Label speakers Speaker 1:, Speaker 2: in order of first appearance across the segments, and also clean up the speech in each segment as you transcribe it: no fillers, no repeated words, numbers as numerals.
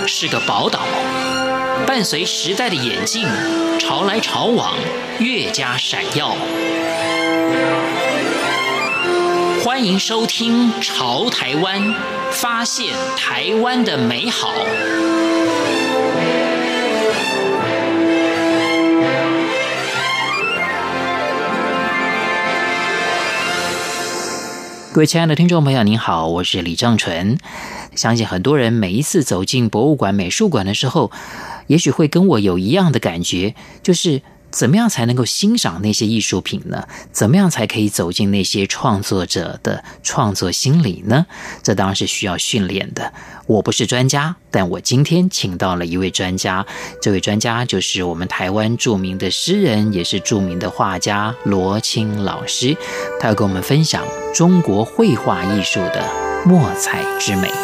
Speaker 1: 是个宝岛，伴随时代的演进，潮来潮往，越加闪耀。欢迎收听《潮台湾》，发现台湾的美好。各位亲爱的听众朋友您好，我是李正纯。相信很多人每一次走进博物馆、美术馆的时候，也许会跟我有一样的感觉，就是怎么样才能够欣赏那些艺术品呢？怎么样才可以走进那些创作者的创作心理呢？这当然是需要训练的。我不是专家，但我今天请到了一位专家，这位专家就是我们台湾著名的诗人，也是著名的画家罗青老师。他要跟我们分享中国绘画艺术的墨彩之美。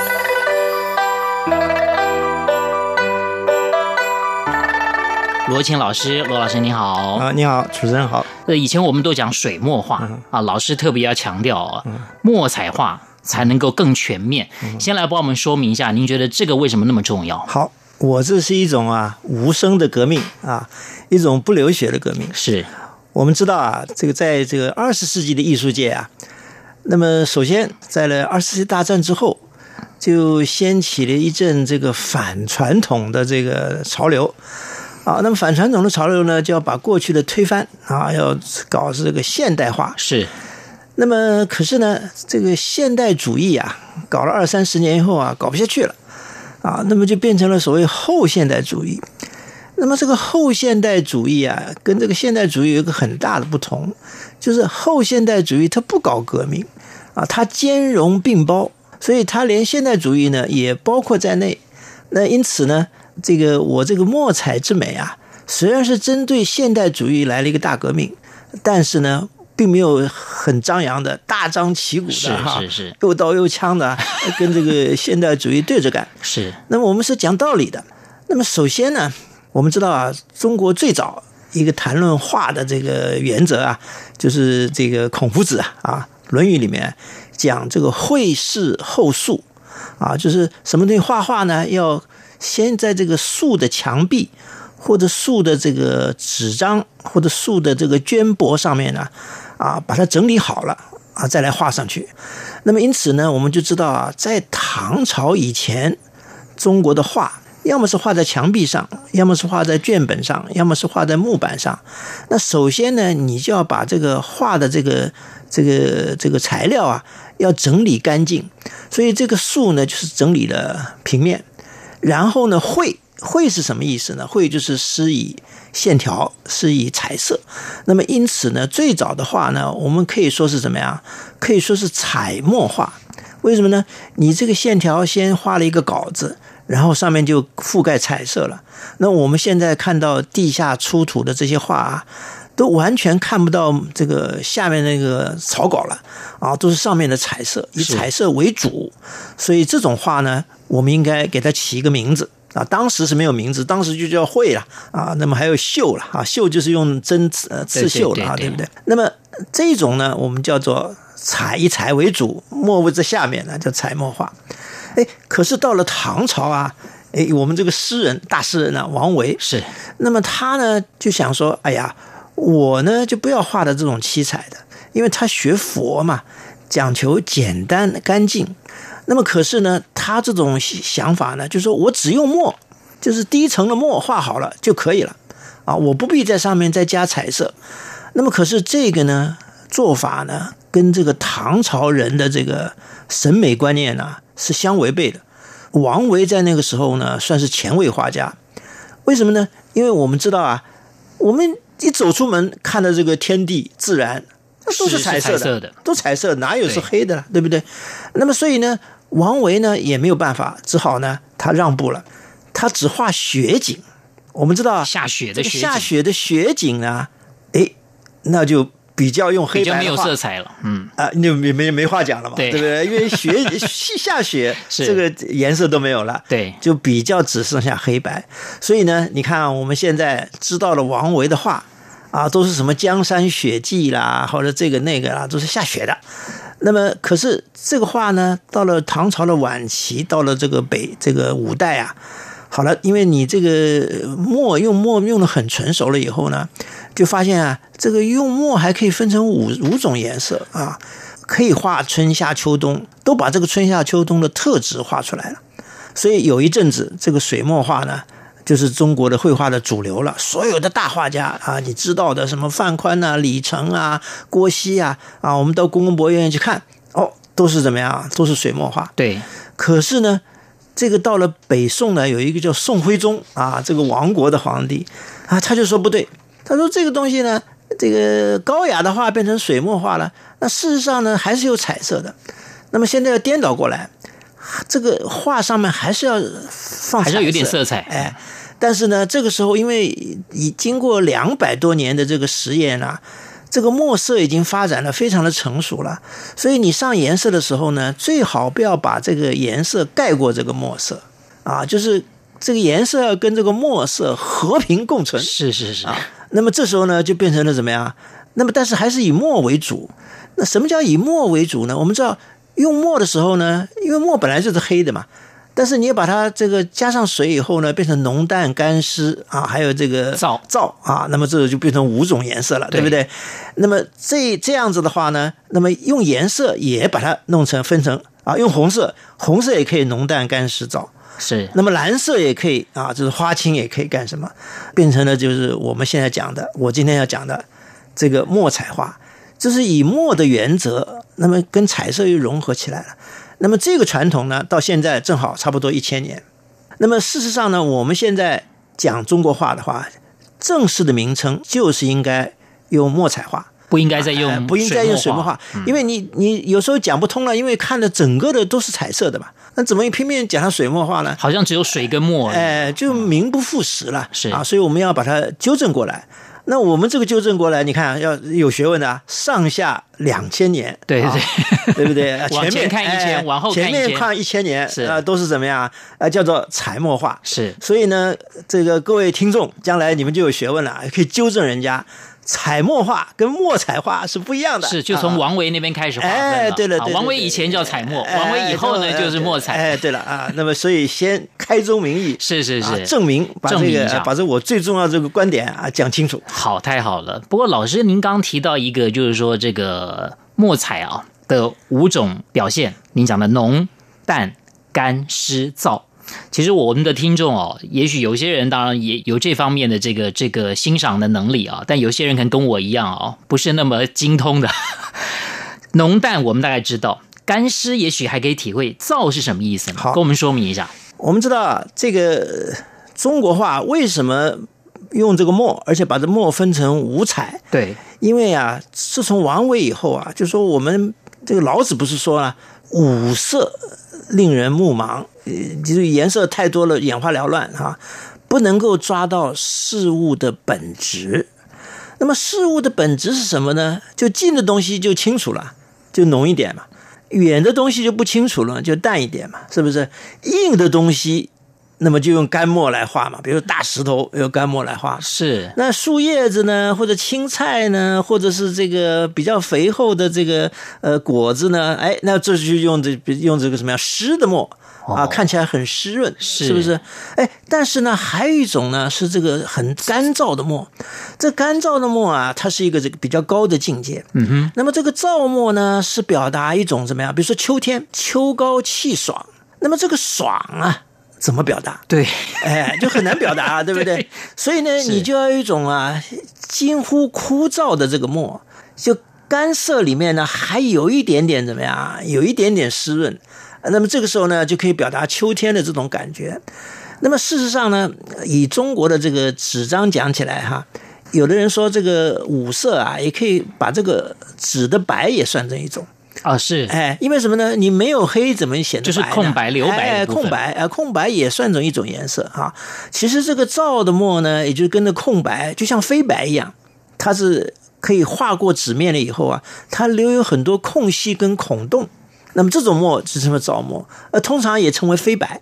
Speaker 1: 罗青老师，罗老师你好。
Speaker 2: 你好，主持人好。
Speaker 1: 以前我们都讲水墨画老师特别要强调墨彩画才能够更全面。先来帮我们说明一下，您觉得这个为什么那么重要？
Speaker 2: 好，我这是一种无声的革命一种不流血的革命。
Speaker 1: 是
Speaker 2: 我们知道这个在这个20世纪的艺术界那么首先在了20世纪大战之后，就掀起了一阵这个反传统的这个潮流。那么反传统的潮流呢，就要把过去的推翻要搞这个现代化。
Speaker 1: 是。
Speaker 2: 那么可是呢，这个现代主义搞了20-30年以后搞不下去了那么就变成了所谓后现代主义。那么这个后现代主义跟这个现代主义有一个很大的不同，就是后现代主义它不搞革命它兼容并包，所以它连现代主义呢也包括在内。那因此呢，我这个墨彩之美虽然是针对现代主义来了一个大革命，但是呢并没有很张扬的大张旗鼓的
Speaker 1: 是
Speaker 2: 又刀又枪的跟这个现代主义对着干。
Speaker 1: 是。
Speaker 2: 那么我们是讲道理的。那么首先呢，我们知道中国最早一个谈论画的这个原则就是这个孔夫子论语里面讲这个绘事后塑就是什么东西画画呢，要先在这个塑的墙壁或者塑的这个纸张或者塑的这个绢帛上面呢把它整理好了再来画上去。那么因此呢，我们就知道在唐朝以前，中国的画要么是画在墙壁上，要么是画在卷本上，要么是画在木板上。那首先呢，你就要把这个画的这个材料要整理干净。所以这个塑呢，就是整理了平面。然后呢，绘是什么意思呢？绘就是施以线条，施以彩色。那么因此呢，最早的画呢，我们可以说是怎么样？可以说是彩墨画。为什么呢？你这个线条先画了一个稿子，然后上面就覆盖彩色了。那我们现在看到地下出土的这些画都完全看不到这个下面那个草稿了都是上面的彩色，以彩色为主。所以这种画呢，我们应该给它起一个名字当时是没有名字，当时就叫绘了那么还有绣了绣就是用针刺绣了对不对？那么这种呢，我们叫做以彩为主，墨为在下面呢，叫彩墨画。可是到了唐朝我们这个大诗人王维
Speaker 1: 是，
Speaker 2: 那么他呢就想说，哎呀，我呢就不要画的这种七彩的，因为他学佛嘛，讲求简单干净。那么可是呢，他这种想法呢，就是说我只用墨，就是低层的墨画好了就可以了我不必在上面再加彩色。那么可是这个呢做法呢，跟这个唐朝人的这个审美观念是相违背的。王维在那个时候呢，算是前卫画家。为什么呢？因为我们知道我们一走出门看到这个天地自然，那都是彩色的，都彩色，哪有是黑的了， 对不对？那么所以呢，王维呢也没有办法，只好呢他让步了，他只画雪景。我们知道
Speaker 1: 下雪的
Speaker 2: 雪景呢，那就比较用黑白的画，
Speaker 1: 比较没有色彩了，
Speaker 2: 你没话讲了嘛，对不对？因为下雪这个颜色都没有了，
Speaker 1: 对，
Speaker 2: 就比较只剩下黑白。所以呢，你看我们现在知道了王维的画都是什么江山雪霁啦，或者这个那个啦，都是下雪的。 那么可是这个画呢，到了唐朝的晚期，到了这个五代啊，好了，因为你这个墨用的很纯熟了以后呢，就发现啊，这个用墨还可以分成五种颜色啊，可以画春夏秋冬，都把这个春夏秋冬的特质画出来了。所以有一阵子，这个水墨画呢，就是中国的绘画的主流了。所有的大画家啊，你知道的什么范宽啊、李成啊、郭熙啊，我们到故宫博物院去看，都是怎么样？都是水墨画。
Speaker 1: 对。
Speaker 2: 可是呢，这个到了北宋呢，有一个叫宋徽宗啊，这个亡国的皇帝啊，他就说不对，他说这个东西呢，这个高雅的画变成水墨画了，那事实上呢还是有彩色的。那么现在要颠倒过来，这个画上面还是要放彩色，
Speaker 1: 还是要有点色彩。
Speaker 2: 但是呢，这个时候因为已经过200多年的这个实验啊，这个墨色已经发展的非常的成熟了，所以你上颜色的时候呢，最好不要把这个颜色盖过这个墨色啊，就是这个颜色要跟这个墨色和平共存。
Speaker 1: 是
Speaker 2: 那么这时候呢，就变成了怎么样？那么但是还是以墨为主。那什么叫以墨为主呢？我们知道用墨的时候呢，因为墨本来就是黑的嘛，但是你也把它这个加上水以后呢，变成浓淡干湿啊，还有这个
Speaker 1: 皂
Speaker 2: 啊，那么这就变成5种颜色了，对不对？那么这样子的话呢，那么用颜色也把它分成啊，用红色也可以浓淡干湿皂，
Speaker 1: 是。
Speaker 2: 那么蓝色也可以啊，就是花青也可以干什么？变成了就是我们现在讲的，我今天要讲的这个墨彩画，就是以墨的原则，那么跟彩色又融合起来了。那么这个传统呢，到现在正好差不多1000年。那么事实上呢，我们现在讲中国画的话，正式的名称就是应该用墨彩画，
Speaker 1: 不应该再用
Speaker 2: 水墨画，因为你有时候讲不通了，因为看的整个的都是彩色的嘛，那怎么偏偏讲它水墨画呢？
Speaker 1: 好像只有水跟墨，
Speaker 2: 就名不副实了。
Speaker 1: 是
Speaker 2: 啊，所以我们要把它纠正过来。那我们这个纠正过来，你看要有学问的啊，上下2000年，
Speaker 1: 对，
Speaker 2: 对不对？
Speaker 1: 往前看1000，往后看1000，
Speaker 2: 前面看1000年，都是怎么样？叫做彩墨画。
Speaker 1: 是，
Speaker 2: 所以呢，这个各位听众，将来你们就有学问了，可以纠正人家。彩墨画跟墨彩画是不一样的，
Speaker 1: 是就从王维那边开始划分了。
Speaker 2: 对了，
Speaker 1: 王维以前叫彩墨，王维以后呢就是墨彩。
Speaker 2: 对了啊，那么所以先开宗明义，
Speaker 1: 是
Speaker 2: 证明把这我最重要这个观点啊讲清楚。
Speaker 1: 好，太好了。不过老师您刚提到一个，就是说这个墨彩啊的5种表现，您讲的浓、淡、干、湿、燥。其实我们的听众哦，也许有些人当然也有这方面的这个欣赏的能力啊，但有些人可能跟我一样哦，不是那么精通的。浓淡我们大概知道，干湿也许还可以体会，燥是什么意思呢？跟我们说明一下。
Speaker 2: 我们知道这个中国画为什么用这个墨，而且把这墨分成5彩？
Speaker 1: 对，
Speaker 2: 因为啊，自从王维以后啊，就说我们这个老子不是说了5色令人目盲，就是颜色太多了，眼花缭乱啊，不能够抓到事物的本质。那么事物的本质是什么呢？就近的东西就清楚了，就浓一点嘛；远的东西就不清楚了，就淡一点嘛，是不是？硬的东西，那么就用干墨来画嘛，比如大石头用干墨来画。
Speaker 1: 是。
Speaker 2: 那树叶子呢，或者青菜呢，或者是这个比较肥厚的这个果子呢，那这就用这个什么样湿的墨啊，看起来很湿润，是不是？但是呢，还有一种呢是这个很干燥的墨。这干燥的墨啊，它是一个这个比较高的境界。那么这个燥墨呢，是表达一种怎么样？比如说秋天，秋高气爽。那么这个爽啊，怎么表达？
Speaker 1: 对，
Speaker 2: 就很难表达，对不对？所以呢，你就要有一种近乎枯燥的这个墨，就干涩里面呢还有一点点怎么样？有一点点湿润。那么这个时候呢，就可以表达秋天的这种感觉。那么事实上呢，以中国的这个纸张讲起来哈，有的人说这个5色啊，也可以把这个纸的白也算成一种。
Speaker 1: 是，
Speaker 2: 因为什么呢？你没有黑怎么显得白呢？
Speaker 1: 就是空白留白的部分。
Speaker 2: 空白也算成一种颜色啊。其实这个燥的墨呢，也就是跟着空白，就像飞白一样，它是可以画过纸面了以后啊，它留有很多空隙跟孔洞。那么这种墨是什么燥墨？通常也称为飞白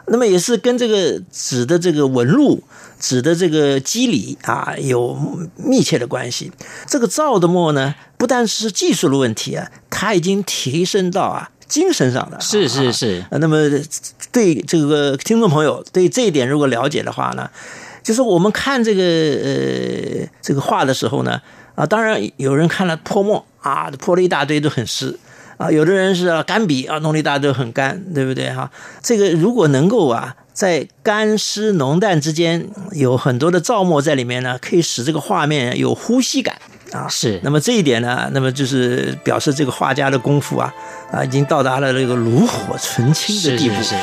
Speaker 2: 那么也是跟这个纸的这个纹路、纸的这个肌理啊有密切的关系。这个造的墨呢，不但是技术的问题啊，它已经提升到精神上的。
Speaker 1: 是。
Speaker 2: 那么对这个听众朋友对这一点如果了解的话呢，就是我们看这个画的时候呢，当然有人看了泼墨啊，泼了一大堆都很湿。有的人是干笔弄了一大堆很干，对不对哈？这个如果能够在干湿浓淡之间有很多的造墨在里面呢，可以使这个画面有呼吸感
Speaker 1: 是。
Speaker 2: 那么这一点呢，那么就是表示这个画家的功夫已经到达了这个炉火纯青的地步。
Speaker 1: 是。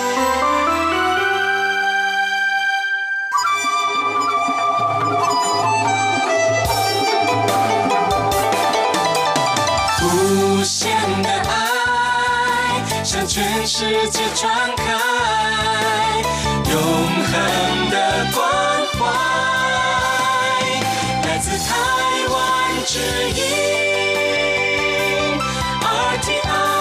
Speaker 3: 全世界传开，永恒的关怀，来自台湾之音 RTI。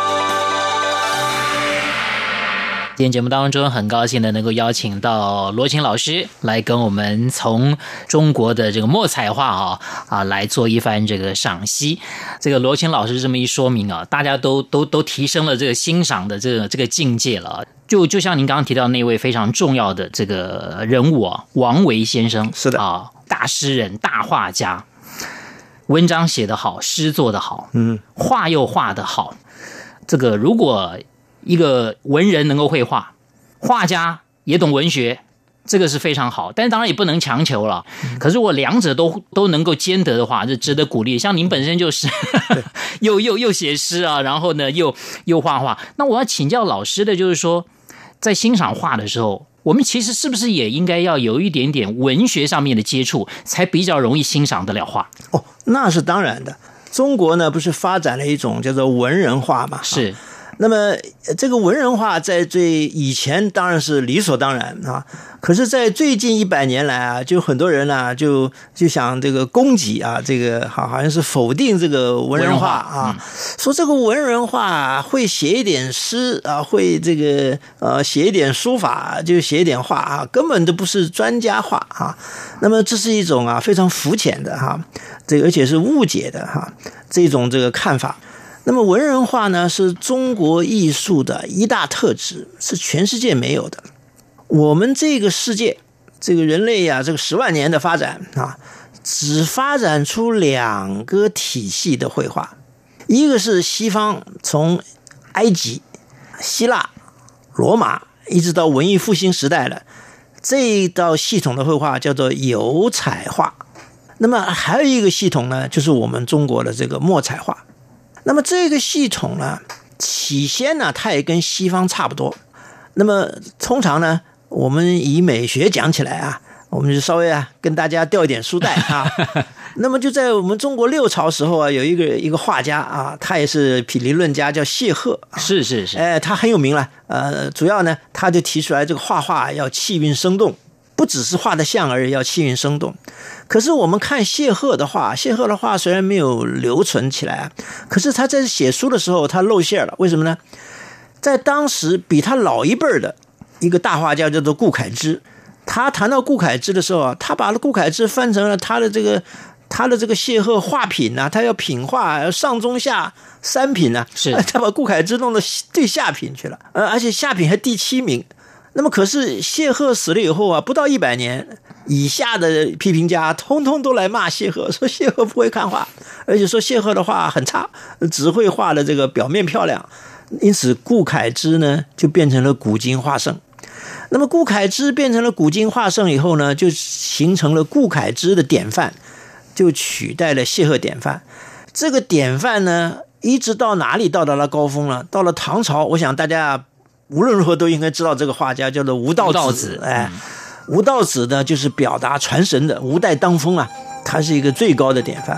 Speaker 1: 今天节目当中很高兴的能够邀请到罗琴老师来跟我们从中国的这个墨彩画来做一番这个赏析。这个罗琴老师这么一说明大家都提升了这个欣赏的这个境界了。就像您刚刚提到那位非常重要的这个人物王维先生，
Speaker 2: 是的
Speaker 1: 大诗人、大画家，文章写得好，诗做得好，画又画得好。这个如果一个文人能够绘画，画家也懂文学，这个是非常好，但是当然也不能强求了。可是我两者都能够兼得的话，这值得鼓励。像您本身就是又写诗然后呢又画画。那我要请教老师的就是说，在欣赏画的时候，我们其实是不是也应该要有一点点文学上面的接触，才比较容易欣赏得了画？
Speaker 2: 那是当然的。中国呢不是发展了一种叫做文人画嘛？
Speaker 1: 是。
Speaker 2: 那么这个文人画在最以前当然是理所当然可是在最近100年来就很多人就想这个攻击这个好像是否定这个文人画说这个文人画会写一点诗会这个写一点书法，就写一点画根本都不是专家画那么这是一种非常肤浅的这个而且是误解的这种这个看法。那么文人画呢，是中国艺术的一大特质，是全世界没有的。我们这个世界，这个人类这个10万年的发展只发展出2个体系的绘画，一个是西方从埃及、希腊、罗马一直到文艺复兴时代了，这一道系统的绘画叫做油彩画。那么还有一个系统呢，就是我们中国的这个墨彩画。那么这个系统呢，起先呢，它也跟西方差不多。那么通常呢，我们以美学讲起来我们就稍微跟大家调一点书袋那么就在我们中国6朝时候有一个画家他也是理论家，叫谢赫。
Speaker 1: 是。
Speaker 2: 他很有名了。主要呢，他就提出来这个画要气韵生动，不只是画得像而已，要气韵生动。可是我们看谢赫的画虽然没有留存起来可是他在写书的时候他露馅了。为什么呢？在当时比他老一辈的一个大画家叫做顾恺之，他谈到顾恺之的时候他把顾恺之翻成了他的这个谢赫画品他要品画上中下3品
Speaker 1: 是
Speaker 2: 他把顾恺之弄到最下品去了，而且下品还第7名。那么可是谢赫死了以后不到100年，以下的批评家通通都来骂谢赫，说谢赫不会看画，而且说谢赫的画很差，只会画的这个表面漂亮。因此顾恺之呢就变成了古今画圣。那么顾恺之变成了古今画圣以后呢，就形成了顾恺之的典范，就取代了谢赫典范。这个典范呢一直到哪里到达了高峰了？到了唐朝，我想大家无论如何都应该知道这个画家叫做吴道子。吴道子呢就是表达传神的，吴代当风他是一个最高的典范。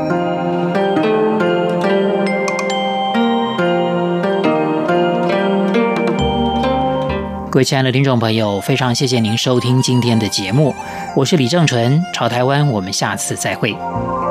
Speaker 1: 各位亲爱的听众朋友，非常谢谢您收听今天的节目，我是李正淳，朝台湾，我们下次再会。